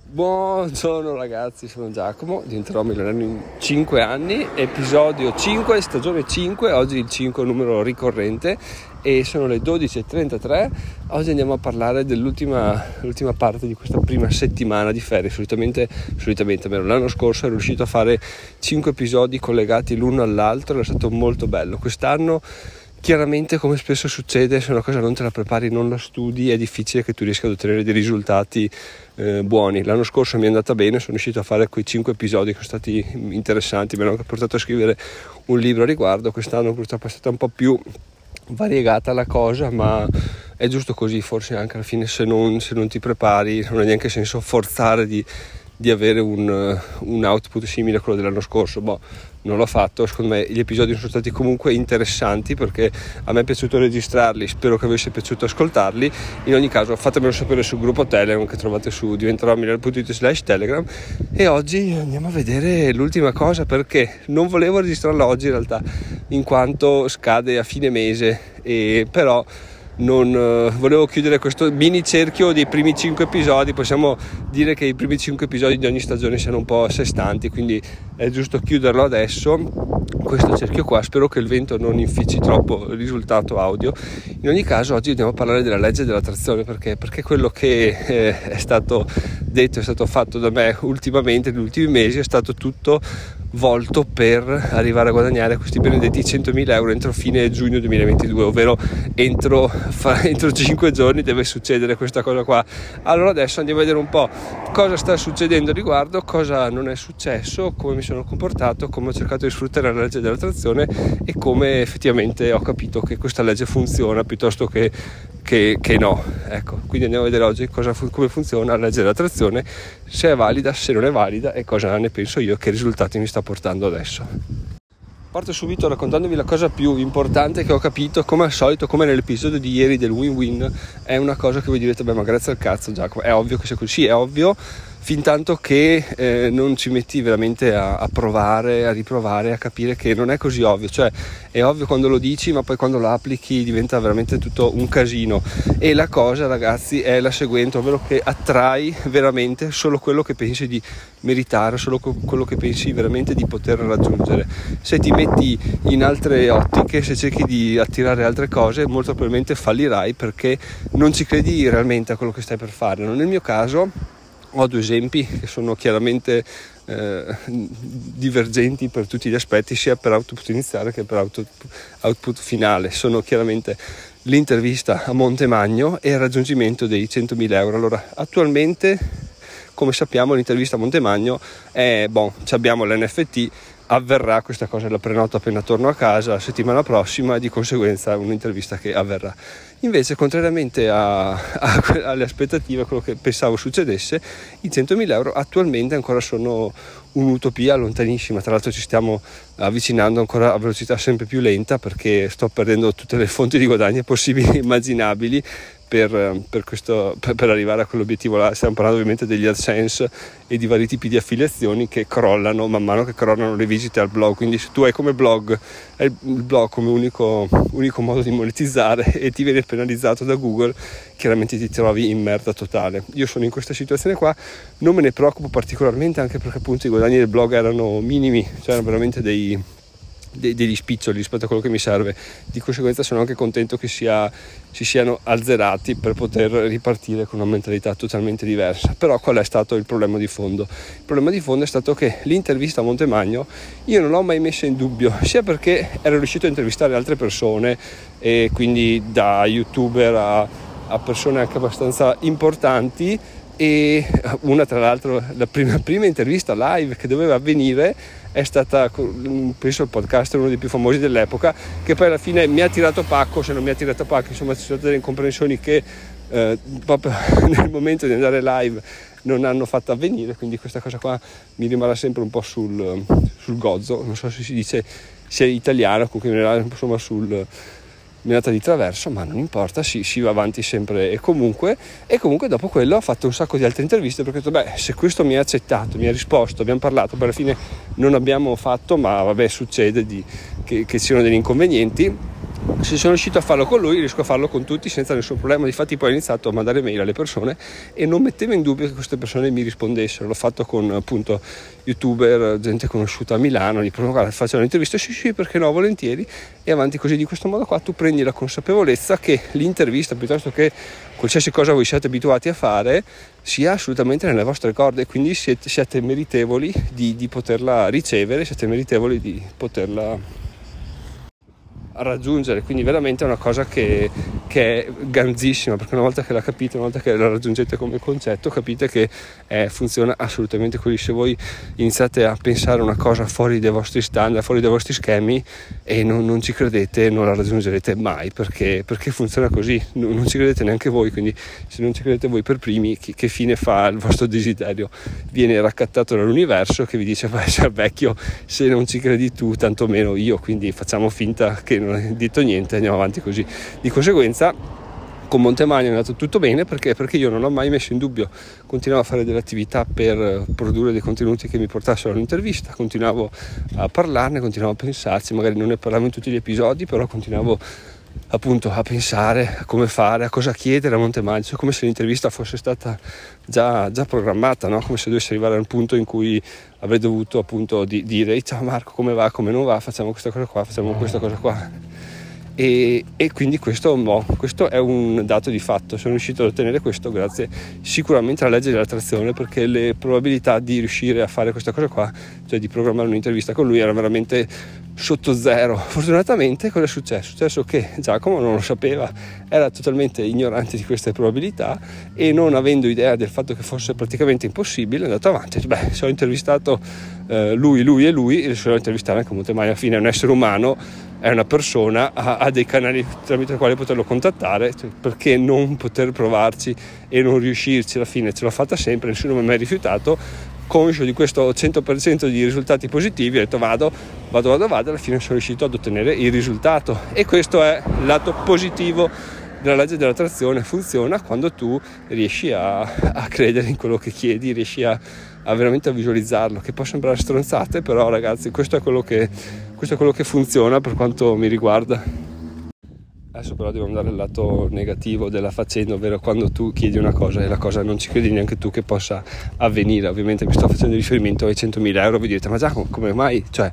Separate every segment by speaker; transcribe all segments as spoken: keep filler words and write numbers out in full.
Speaker 1: Buongiorno ragazzi, sono Giacomo, diventerò milionario in cinque anni, episodio cinque, stagione cinque, oggi il cinque è un numero ricorrente e sono le dodici e trentatré. Oggi andiamo a parlare dell'ultima l'ultima parte di questa prima settimana di ferie. Solitamente, solitamente l'anno scorso ero riuscito a fare cinque episodi collegati l'uno all'altro, è stato molto bello. Quest'anno chiaramente, come spesso succede, se una cosa non te la prepari, non la studi, è difficile che tu riesca ad ottenere dei risultati eh, buoni. L'anno scorso mi è andata bene, sono riuscito a fare quei cinque episodi che sono stati interessanti, mi hanno portato a scrivere un libro a riguardo. Quest'anno purtroppo è stata un po' più variegata la cosa, ma è giusto così. Forse anche alla fine, se non, se non ti prepari, non ha neanche senso forzare di, di avere un, un output simile a quello dell'anno scorso. Boh, non l'ho fatto. Secondo me gli episodi sono stati comunque interessanti, perché a me è piaciuto registrarli, spero che vi sia piaciuto ascoltarli. In ogni caso fatemelo sapere sul gruppo Telegram che trovate su diventerò milionario punto it slash telegram. E oggi andiamo a vedere l'ultima cosa, perché non volevo registrarla oggi in realtà, in quanto scade a fine mese, e però non uh, volevo chiudere questo mini cerchio dei primi cinque episodi. Possiamo dire che i primi cinque episodi di ogni stagione siano un po' a sé stanti, quindi è giusto chiuderlo adesso, questo cerchio qua. Spero che il vento non infici troppo il risultato audio. In ogni caso oggi andiamo a parlare della legge dell'attrazione, perché perché quello che eh, è stato detto, è stato fatto da me ultimamente, negli ultimi mesi, è stato tutto volto per arrivare a guadagnare questi benedetti centomila euro entro fine giugno duemilaventidue, ovvero entro, fa, entro cinque giorni deve succedere questa cosa qua. Allora adesso andiamo a vedere un po' cosa sta succedendo a riguardo, cosa non è successo, come mi sono comportato, come ho cercato di sfruttare la legge dell'attrazione e come effettivamente ho capito che questa legge funziona piuttosto che, che, che no. Ecco, quindi andiamo a vedere oggi cosa, come funziona la legge dell'attrazione, se è valida, se non è valida e cosa ne penso io, che risultati mi sta portando adesso. Parto subito raccontandovi la cosa più importante che ho capito, come al solito, come nell'episodio di ieri del win-win. È una cosa che voi direte, beh, ma grazie al cazzo Giacomo, è ovvio che sia così. Sì, è ovvio, fin tanto che eh, non ci metti veramente a, a provare, a riprovare, a capire che non è così ovvio. Cioè è ovvio quando lo dici, ma poi quando lo applichi diventa veramente tutto un casino. E la cosa, ragazzi, è la seguente, ovvero che attrai veramente solo quello che pensi di meritare, solo quello che pensi veramente di poter raggiungere. Se ti metti in altre ottiche, se cerchi di attirare altre cose, molto probabilmente fallirai, perché non ci credi realmente a quello che stai per fare. Nel mio caso ho due esempi che sono chiaramente eh, divergenti per tutti gli aspetti, sia per output iniziale che per output, output finale. Sono chiaramente l'intervista a Montemagno e il raggiungimento dei centomila euro. Allora, attualmente, come sappiamo, l'intervista a Montemagno è, bon, abbiamo l'N F T, avverrà questa cosa, la prenoto appena torno a casa la settimana prossima, e di conseguenza è un'intervista che avverrà. Invece, contrariamente a, a, alle aspettative, quello che pensavo succedesse, i centomila euro attualmente ancora sono un'utopia lontanissima. Tra l'altro ci stiamo avvicinando ancora a velocità sempre più lenta, perché sto perdendo tutte le fonti di guadagno possibili e immaginabili Per, per, questo, per, per arrivare a quell'obiettivo là. Stiamo parlando ovviamente degli AdSense e di vari tipi di affiliazioni che crollano man mano che crollano le visite al blog. Quindi se tu hai come blog hai il blog come unico, unico modo di monetizzare e ti viene penalizzato da Google, chiaramente ti trovi in merda totale. Io sono in questa situazione qua, non me ne preoccupo particolarmente, anche perché appunto i guadagni del blog erano minimi, cioè erano veramente dei degli spiccioli rispetto a quello che mi serve. Di conseguenza sono anche contento che sia, si siano azzerati per poter ripartire con una mentalità totalmente diversa. Però qual è stato il problema di fondo? Il problema di fondo è stato che l'intervista a Montemagno io non l'ho mai messa in dubbio, sia perché ero riuscito a intervistare altre persone, e quindi da youtuber a, a persone anche abbastanza importanti, e una, tra l'altro, la prima, prima intervista live che doveva avvenire è stata, penso, il podcaster, uno dei più famosi dell'epoca, che poi alla fine mi ha tirato pacco. Se non mi ha tirato pacco, insomma, ci sono state delle incomprensioni che eh, proprio nel momento di andare live non hanno fatto avvenire, quindi questa cosa qua mi rimarrà sempre un po' sul, sul gozzo, non so se si dice sia italiano, comunque insomma sul minata di traverso, ma non importa, si, si va avanti sempre e comunque. E comunque dopo quello ho fatto un sacco di altre interviste, perché ho detto, beh, se questo mi ha accettato, mi ha risposto, abbiamo parlato, poi alla fine non abbiamo fatto, ma vabbè, succede di, che, che ci siano degli inconvenienti. se sono riuscito a farlo con lui, riesco a farlo con tutti senza nessun problema. Difatti poi ho iniziato a mandare mail alle persone e non mettevo in dubbio che queste persone mi rispondessero. L'ho fatto con appunto youtuber, gente conosciuta a Milano, gli provo, guarda, faccio un'intervista, sì sì perché no, volentieri, e avanti così. Di questo modo qua tu prendi la consapevolezza che l'intervista, piuttosto che qualsiasi cosa voi siete abituati a fare, sia assolutamente nelle vostre corde, quindi siete, siete meritevoli di, di poterla ricevere, siete meritevoli di poterla raggiungere. Quindi veramente è una cosa che, che è ganzissima, perché una volta che la capite, una volta che la raggiungete come concetto, capite che eh, funziona assolutamente così. Se voi iniziate a pensare una cosa fuori dai vostri standard, fuori dai vostri schemi, e non, non ci credete, non la raggiungerete mai, perché, perché funziona così, non, non ci credete neanche voi. Quindi se non ci credete voi per primi, che, che fine fa il vostro desiderio? Viene raccattato dall'universo che vi dice vai sei vecchio, se non ci credi tu tantomeno io, quindi facciamo finta che non hai detto niente, andiamo avanti così. Di conseguenza con Montemagno è andato tutto bene, perché perché io non ho mai messo in dubbio, continuavo a fare delle attività per produrre dei contenuti che mi portassero all'intervista, continuavo a parlarne, continuavo a pensarci, magari non ne parlavo in tutti gli episodi, però continuavo appunto a pensare a come fare, a cosa chiedere a Montemagno, cioè come se l'intervista fosse stata già, già programmata, no? Come se dovesse arrivare al punto in cui avrei dovuto appunto di, dire ciao Marco, come va, come non va, facciamo questa cosa qua, facciamo questa cosa qua. E, e quindi questo, no, questo è un dato di fatto. Sono riuscito ad ottenere questo grazie sicuramente alla legge dell'attrazione, perché le probabilità di riuscire a fare questa cosa qua, cioè di programmare un'intervista con lui, erano veramente sotto zero. Fortunatamente cosa è successo? È successo che Giacomo non lo sapeva, era totalmente ignorante di queste probabilità, e non avendo idea del fatto che fosse praticamente impossibile è andato avanti. Beh, se ho intervistato eh, lui, lui e lui, e se lo intervistare anche Montemagno, alla fine è un essere umano, è una persona, ha, ha dei canali tramite i quali poterlo contattare, cioè, perché non poter provarci e non riuscirci? Alla fine ce l'ho fatta sempre, nessuno mi ha mai rifiutato, conscio di questo cento per cento di risultati positivi, ho detto vado, vado, vado, vado, alla fine sono riuscito ad ottenere il risultato. E questo è il lato positivo della legge dell'attrazione. Funziona quando tu riesci a, a credere in quello che chiedi, riesci a, a veramente a visualizzarlo, che può sembrare stronzate, però ragazzi questo è quello che, questo è quello che funziona per quanto mi riguarda. Adesso però devo andare al lato negativo della faccenda, ovvero quando tu chiedi una cosa e la cosa non ci credi neanche tu che possa avvenire. Ovviamente mi sto facendo riferimento ai centomila euro, vi direte ma Giacomo come mai? Cioè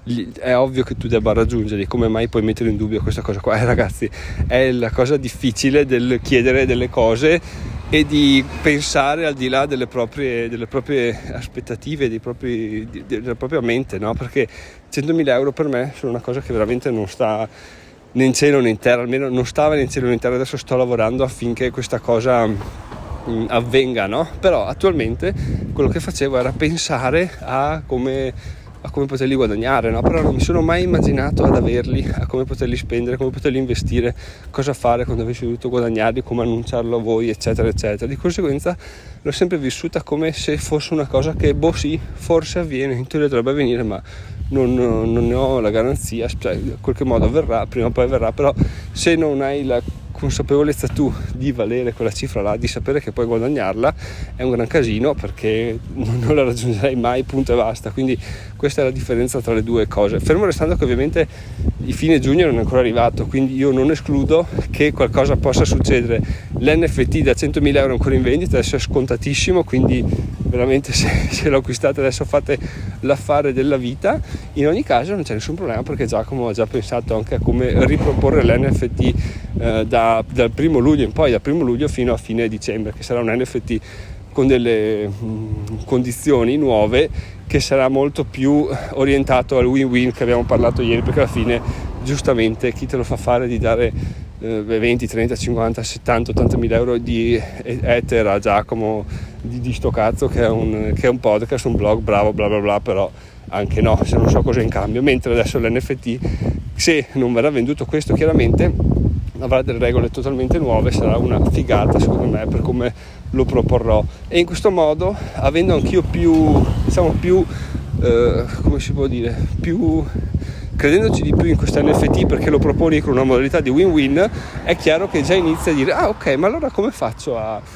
Speaker 1: è ovvio che tu debba raggiungerli, come mai puoi mettere in dubbio questa cosa qua? Eh ragazzi, è la cosa difficile del chiedere delle cose e di pensare al di là delle proprie, delle proprie aspettative, dei propri, della propria mente, no? Perché centomila euro per me sono una cosa che veramente non sta né in cielo né in terra, almeno non stava né in cielo né in terra. Adesso sto lavorando affinché questa cosa mh, avvenga, no? Però attualmente quello che facevo era pensare a come, a come poterli guadagnare, no? Però non mi sono mai immaginato ad averli, a come poterli spendere, come poterli investire, cosa fare quando avessi dovuto guadagnarli, come annunciarlo a voi, eccetera eccetera. Di conseguenza l'ho sempre vissuta come se fosse una cosa che boh sì, forse avviene, in teoria dovrebbe avvenire, ma Non, non ne ho la garanzia, cioè in qualche modo avverrà, prima o poi avverrà. Però se non hai la consapevolezza tu di valere quella cifra là, di sapere che puoi guadagnarla, è un gran casino, perché non la raggiungerai mai, punto e basta. Quindi questa è la differenza tra le due cose, fermo restando che ovviamente il fine giugno non è ancora arrivato, quindi io non escludo che qualcosa possa succedere. L'N F T da centomila euro ancora in vendita, adesso è scontatissimo, quindi veramente se, se lo acquistate adesso fate l'affare della vita. In ogni caso non c'è nessun problema, perché Giacomo ha già pensato anche a come riproporre l'N F T eh, da, dal primo luglio in poi, dal primo luglio fino a fine dicembre, che sarà un N F T con delle mh, condizioni nuove, che sarà molto più orientato al win-win che abbiamo parlato ieri, perché alla fine giustamente chi te lo fa fare di dare eh, venti, trenta, cinquanta, settanta, ottanta mila euro di ether a Giacomo di, di sto cazzo che è, un, che è un podcast, un blog, bravo bla bla bla, però anche no, se non so cosa in cambio. Mentre adesso l'N F T, se non verrà venduto questo, chiaramente avrà delle regole totalmente nuove, sarà una figata secondo me per come lo proporrò. E in questo modo, avendo anch'io più, diciamo più eh, come si può dire, più credendoci di più in questo N F T, perché lo proponi con una modalità di win-win, è chiaro che già inizia a dire ah ok, ma allora come faccio a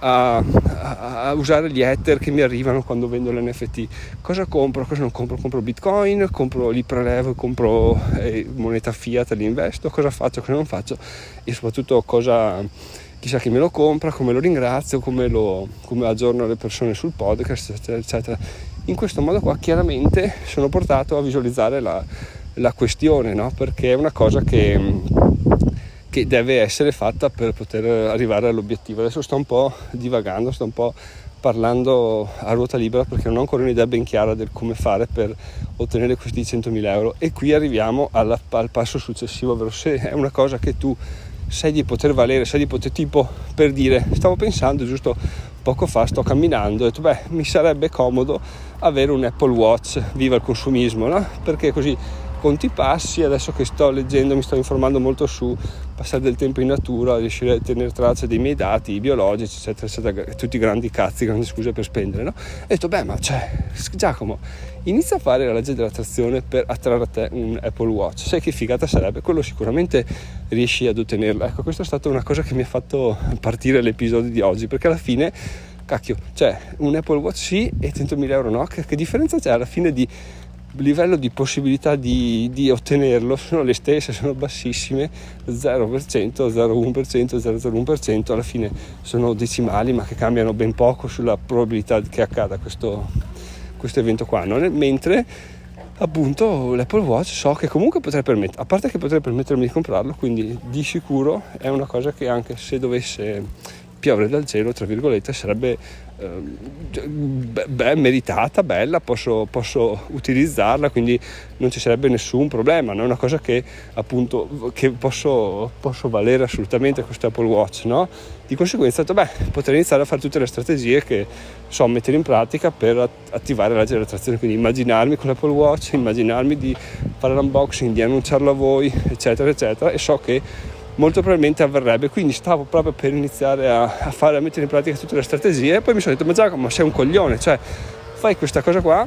Speaker 1: a, a, a usare gli ether che mi arrivano quando vendo l'N F T. Cosa compro, cosa non compro? Compro bitcoin, compro, li prelevo, compro eh, moneta fiat, li investo, cosa faccio, cosa non faccio, e soprattutto cosa, chissà chi me lo compra, come lo ringrazio, come lo come aggiorno le persone sul podcast, eccetera, eccetera. In questo modo qua chiaramente sono portato a visualizzare la, la questione, no? Perché è una cosa che che deve essere fatta per poter arrivare all'obiettivo. Adesso sto un po' divagando, sto un po' parlando a ruota libera perché non ho ancora un'idea ben chiara del come fare per ottenere questi centomila euro, e qui arriviamo alla, al passo successivo, ovvero se è una cosa che tu sai di poter valere, sai di poter, tipo, per dire, stavo pensando giusto poco fa, sto camminando e ho detto beh, mi sarebbe comodo avere un Apple Watch, viva il consumismo, no? Perché così conti passi. Adesso che sto leggendo, mi sto informando molto su passare del tempo in natura, riuscire a tenere traccia dei miei dati biologici, eccetera, eccetera, tutti grandi cazzi, grandi scuse per spendere, no? E ho detto beh, ma cioè, Giacomo, inizia a fare la legge dell'attrazione per attrarre a te un Apple Watch. Sai che figata sarebbe? Quello sicuramente riesci ad ottenerlo. Ecco, questa è stata una cosa che mi ha fatto partire l'episodio di oggi, perché alla fine, cacchio, cioè un Apple Watch sì e centomila euro no, che, che differenza c'è alla fine di livello di possibilità di, di ottenerlo? Sono le stesse, sono bassissime, zero per cento, zero virgola uno per cento, zero virgola uno per cento, alla fine sono decimali ma che cambiano ben poco sulla probabilità che accada questo, questo evento qua, no? Mentre appunto l'Apple Watch so che comunque potrei permettere, a parte che potrei permettermi di comprarlo, quindi di sicuro è una cosa che anche se dovesse piovere dal cielo, tra virgolette, sarebbe eh, beh, meritata, bella, posso, posso utilizzarla, quindi non ci sarebbe nessun problema, no? È una cosa che appunto che posso, posso valere assolutamente questo Apple Watch, no? Di conseguenza ho detto beh, potrei iniziare a fare tutte le strategie che so mettere in pratica per attivare la legge dell'attrazione, quindi immaginarmi con l'Apple Watch, immaginarmi di fare l'unboxing, di annunciarlo a voi, eccetera eccetera, e so che molto probabilmente avverrebbe. Quindi stavo proprio per iniziare a, a fare a mettere in pratica tutte le strategie, e poi mi sono detto ma Giacomo, ma sei un coglione, cioè fai questa cosa qua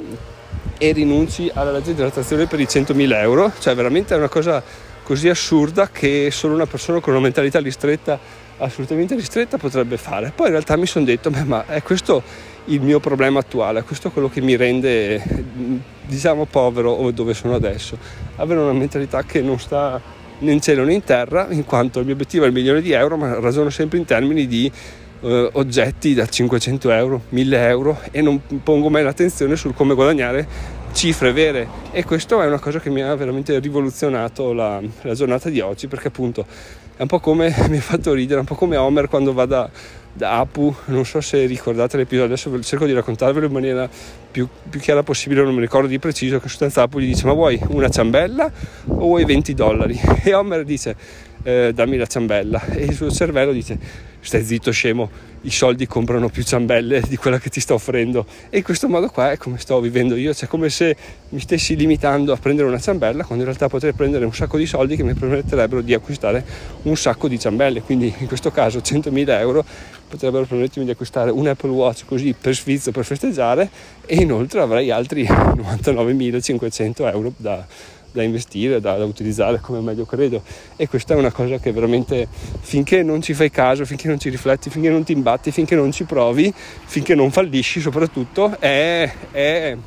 Speaker 1: e rinunci alla legge dell'attrazione per i centomila euro, cioè veramente è una cosa così assurda che solo una persona con una mentalità ristretta, assolutamente ristretta, potrebbe fare. Poi in realtà mi sono detto beh, ma è questo il mio problema attuale, è questo quello che mi rende, diciamo, povero o dove sono adesso, avere una mentalità che non sta né in cielo né in terra, in quanto il mio obiettivo è il milione di euro, ma ragiono sempre in termini di eh, oggetti da cinquecento euro, mille euro, e non pongo mai l'attenzione sul come guadagnare cifre vere. E questo è una cosa che mi ha veramente rivoluzionato la, la giornata di oggi, perché appunto è un po' come, mi ha fatto ridere, un po' come Homer quando va da, da Apu, non so se ricordate l'episodio, adesso cerco di raccontarvelo in maniera più, più chiara possibile, non mi ricordo di preciso, che in sostanza Apu gli dice ma vuoi una ciambella o vuoi venti dollari? E Homer dice eh, dammi la ciambella, e il suo cervello dice stai zitto scemo, i soldi comprano più ciambelle di quella che ti sto offrendo. E in questo modo qua è come sto vivendo io, cioè come se mi stessi limitando a prendere una ciambella, quando in realtà potrei prendere un sacco di soldi che mi permetterebbero di acquistare un sacco di ciambelle. Quindi in questo caso centomila euro potrebbero permettermi di acquistare un Apple Watch così per sfizio, per festeggiare, e inoltre avrei altri novantanovemilacinquecento euro da da investire, da, da utilizzare come meglio credo. E questa è una cosa che veramente, finché non ci fai caso, finché non ci rifletti, finché non ti imbatti, finché non ci provi, finché non fallisci soprattutto, è, è,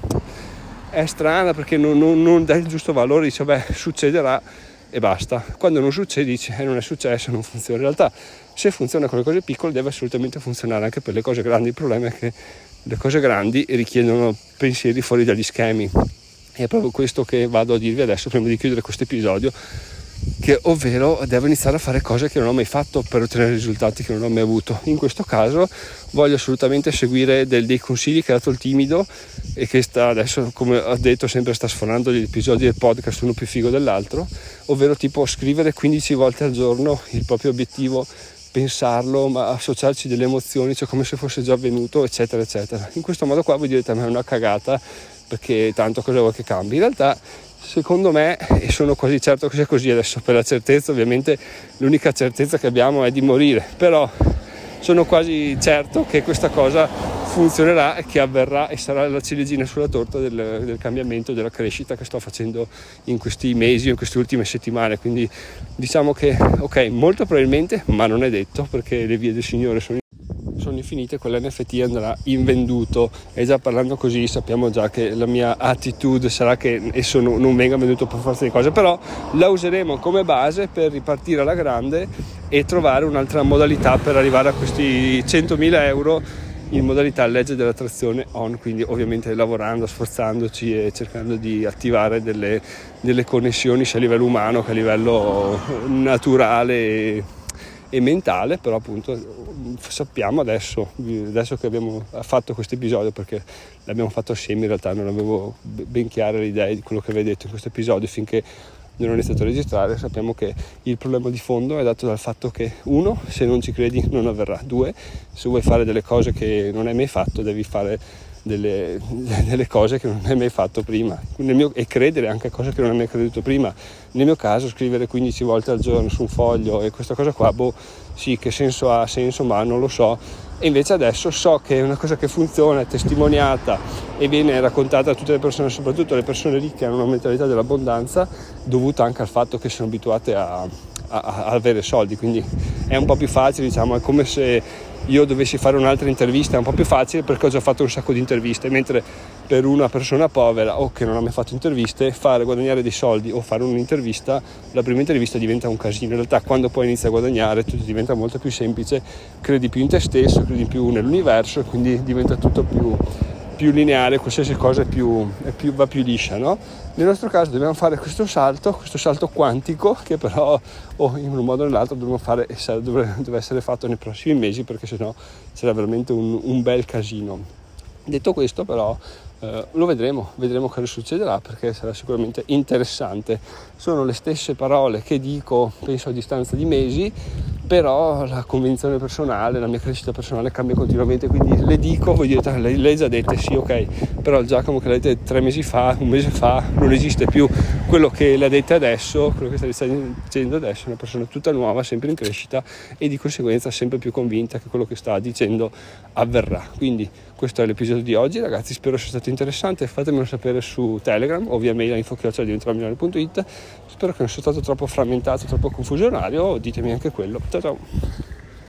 Speaker 1: è strana, perché non, non, non dai il giusto valore, dici vabbè succederà e basta. Quando non succede dici eh, non è successo, non funziona. In realtà se funziona con le cose piccole deve assolutamente funzionare anche per le cose grandi. Il problema è che le cose grandi richiedono pensieri fuori dagli schemi. E è proprio questo che vado a dirvi adesso prima di chiudere questo episodio, che ovvero devo iniziare a fare cose che non ho mai fatto per ottenere risultati che non ho mai avuto. In questo caso voglio assolutamente seguire del, dei consigli che ha dato il Timido, e che sta adesso, come ho detto, sempre sta sfornando gli episodi del podcast uno più figo dell'altro, ovvero tipo scrivere quindici volte al giorno il proprio obiettivo, pensarlo, ma associarci delle emozioni, cioè come se fosse già avvenuto, eccetera eccetera. In questo modo qua voi direte ma è una cagata, perché tanto cosa vuoi che cambi? In realtà secondo me, e sono quasi certo che sia così, adesso per la certezza ovviamente l'unica certezza che abbiamo è di morire, però sono quasi certo che questa cosa funzionerà e che avverrà, e sarà la ciliegina sulla torta del, del cambiamento, della crescita che sto facendo in questi mesi o in queste ultime settimane. Quindi diciamo che ok, molto probabilmente, ma non è detto, perché le vie del Signore sono sono infinite, quell'N F T andrà invenduto, e già parlando così sappiamo già che la mia attitude sarà che esso non, non venga venduto per forza di cose, però la useremo come base per ripartire alla grande e trovare un'altra modalità per arrivare a questi centomila euro in modalità legge dell'attrazione on, quindi ovviamente lavorando, sforzandoci e cercando di attivare delle, delle connessioni sia a livello umano che a livello naturale e, e mentale, però appunto sappiamo adesso, adesso che abbiamo fatto questo episodio, perché l'abbiamo fatto assieme, in realtà non avevo ben chiare le idee di quello che avevo detto in questo episodio finché non ho iniziato a registrare. Sappiamo che il problema di fondo è dato dal fatto che, uno, se non ci credi non avverrà; due, se vuoi fare delle cose che non hai mai fatto devi fare delle, delle cose che non hai mai fatto prima, nel mio, e credere anche a cose che non hai mai creduto prima. Nel mio caso scrivere quindici volte al giorno su un foglio e questa cosa qua, boh, sì, che senso ha? Senso, ma non lo so. E invece adesso so che è una cosa che funziona, è testimoniata e viene raccontata a tutte le persone, soprattutto le persone ricche hanno una mentalità dell'abbondanza dovuta anche al fatto che sono abituate a, a, a avere soldi, quindi è un po' più facile, diciamo, è come se io dovessi fare un'altra intervista, è un po' più facile perché ho già fatto un sacco di interviste, mentre per una persona povera o che non ha mai fatto interviste, fare guadagnare dei soldi o fare un'intervista, la prima intervista diventa un casino. In realtà quando poi inizi a guadagnare tutto diventa molto più semplice, credi più in te stesso, credi più nell'universo, e quindi diventa tutto più, più lineare, qualsiasi cosa è più, è più, va più liscia, no? Nel nostro caso dobbiamo fare questo salto, questo salto quantico, che però o in un modo o nell'altro dobbiamo fare, e dovrebbe, deve essere fatto nei prossimi mesi, perché sennò sarà veramente un, un bel casino. Detto questo, però, eh, lo vedremo, vedremo cosa succederà, perché sarà sicuramente interessante. Sono le stesse parole che dico, penso, a distanza di mesi, però la convinzione personale, la mia crescita personale cambia continuamente, quindi le dico, voi direte, lei, lei già dette, sì, ok, però il Giacomo che l'ha dette tre mesi fa, un mese fa, non esiste più. Quello che le ha dette adesso, quello che sta dicendo adesso, è una persona tutta nuova, sempre in crescita, e di conseguenza sempre più convinta che quello che sta dicendo avverrà. Quindi questo è l'episodio di oggi, ragazzi, spero sia stato interessante. Fatemelo sapere su Telegram o via mail a info chiocciola diventerò milionario punto it. Spero che non sia stato troppo frammentato, troppo confusionario, ditemi anche quello. Ciao ciao.